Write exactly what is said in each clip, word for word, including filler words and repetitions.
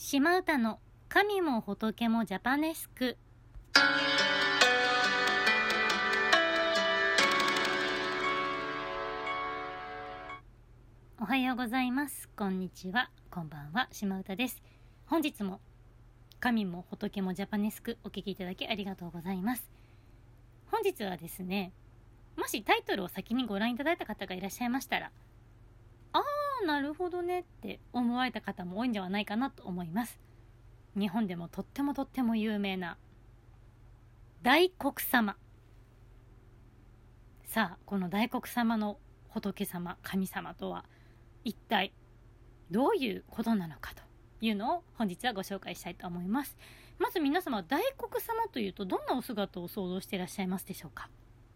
島唄の神も仏もジャパネスク。おはようございます。こんにちは。こんばんは。島唄です。本日も神も仏もジャパネスクお聞きいただきありがとうございます。本日はですね、もしタイトルを先にご覧いただいた方がいらっしゃいましたら、あーなるほどねって思われた方も多いんではないかなと思います。日本でもとってもとっても有名な大黒様。さあ、この大黒様の仏様、神様とは一体どういうことなのかというのを本日はご紹介したいと思います。まず皆様、大黒様というとどんなお姿を想像していらっしゃいますでしょうか。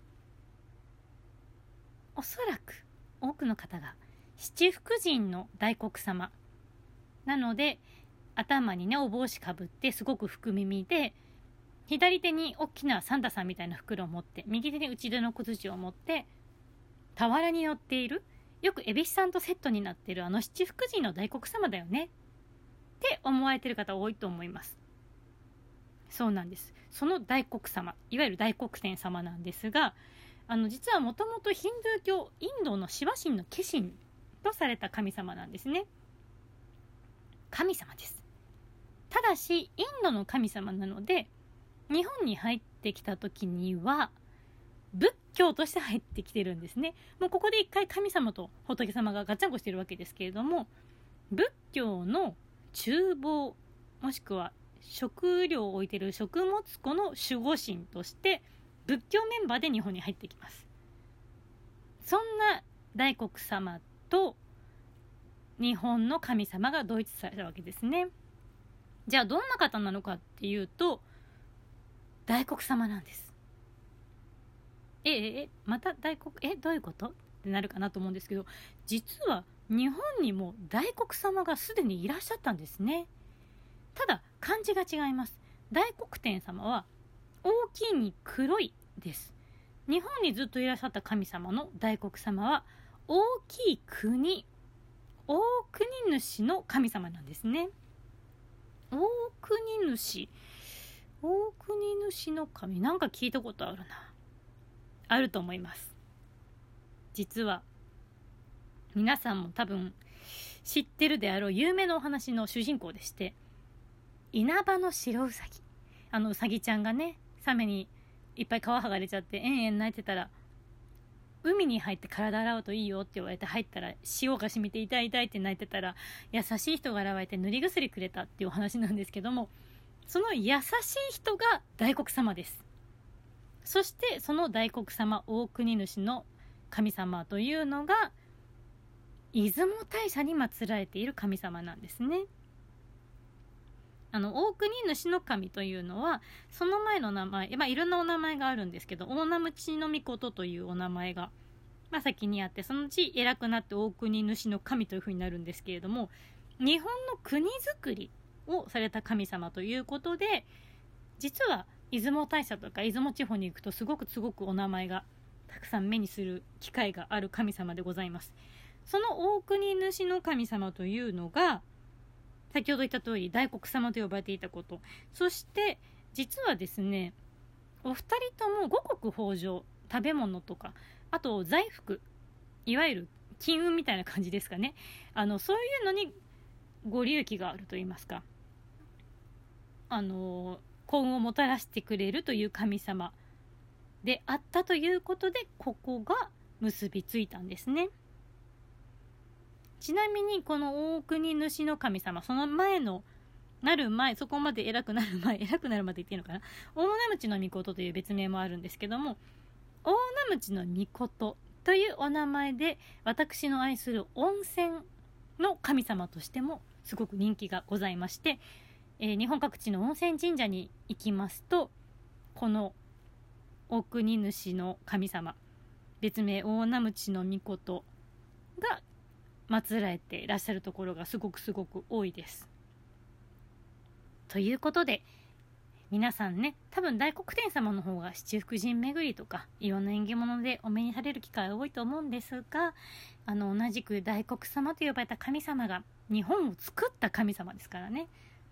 おそらく多くの方が七福神の大黒様なので、頭にねお帽子かぶってすごく福耳で、左手に大きなサンタさんみたいな袋を持って、右手に打ち出の小槌を持って俵に乗っている、よく恵比寿さんとセットになっているあの七福神の大黒様だよねって思われている方多いと思います。そうなんです。その大黒様、いわゆる大黒天様なんですが、あの実はもともとヒンドゥー教、インドのシヴァ神の化身とされた神様なんですね。神様です。ただしインドの神様なので、日本に入ってきた時には仏教として入ってきてるんですね。もうここで一回神様と仏様がガッチャンコしてるわけですけれども、仏教の厨房もしくは食料を置いている食物庫の守護神として仏教メンバーで日本に入ってきます。そんな大黒様と日本の神様が同一されたわけですね。じゃあどんな方なのかっていうと、大黒様なんです。えええまた大黒えどういうことってなるかなと思うんですけど、実は日本にも大黒様がすでにいらっしゃったんですね。ただ漢字が違います。大黒天様は大きいに黒いです。日本にずっといらっしゃった神様の大黒様は大きい国、大国主の神様なんですね。大国主大国主の神、なんか聞いたことあるな。あると思います。実は皆さんも多分知ってるであろう有名なお話の主人公でして、稲葉の白うさぎ、あのうさぎちゃんがね、サメにいっぱい皮剥がれちゃって延々泣いてたら、海に入って体洗うといいよって言われて入ったら塩が染みて痛い痛いって泣いてたら、優しい人が現れて塗り薬くれたっていうお話なんですけども、その優しい人が大黒様です。そしてその大黒様、大国主の神様というのが出雲大社に祀られている神様なんですね。あの大国主の神というのはその前の名前、まあ、いろんなお名前があるんですけど、大名鞭の命というお名前が、まあ、先にあって、そのうち偉くなって大国主の神というふうになるんですけれども、日本の国づくりをされた神様ということで、実は出雲大社とか出雲地方に行くとすごくすごくお名前がたくさん目にする機会がある神様でございます。その大国主の神様というのが先ほど言った通り大黒様と呼ばれていたこと。そして実はですね、お二人とも五穀豊穣、食べ物とか、あと財福、いわゆる金運みたいな感じですかね、あのそういうのにご利益があるといいますか、あの幸運をもたらしてくれるという神様であったということで、ここが結びついたんですね。ちなみにこの大国主の神様、その前のなる前、そこまで偉くなる前、偉くなるまで言っていいのかな、大名鞭の命という別名もあるんですけども、大名鞭の命というお名前で私の愛する温泉の神様としてもすごく人気がございまして、えー、日本各地の温泉神社に行きますと、この大国主の神様、別名大名鞭の命が祀られていらっしゃるところがすごくすごく多いです。ということで皆さんね、多分大黒天様の方が七福神巡りとかいろんな縁起物でお目にされる機会が多いと思うんですが、あの同じく大黒様と呼ばれた神様が日本を作った神様ですからね。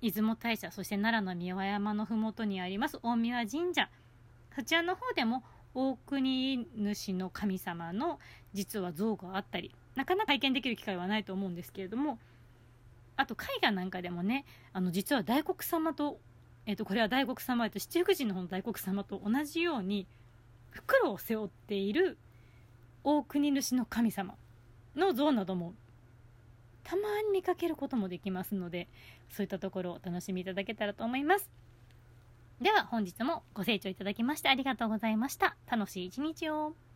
出雲大社、そして奈良の三輪山のふもとにあります大三輪神社、そちらの方でも大国主の神様の実は像があったり、なかなか体験できる機会はないと思うんですけれども、あと絵画なんかでもね、あの実は大黒様と、えー、とこれは大黒様と七福神の方の大黒様と同じように袋を背負っている大国主の神様の像などもたまに見かけることもできますので、そういったところをお楽しみいただけたらと思います。では本日もご清聴いただきましてありがとうございました。楽しい一日を。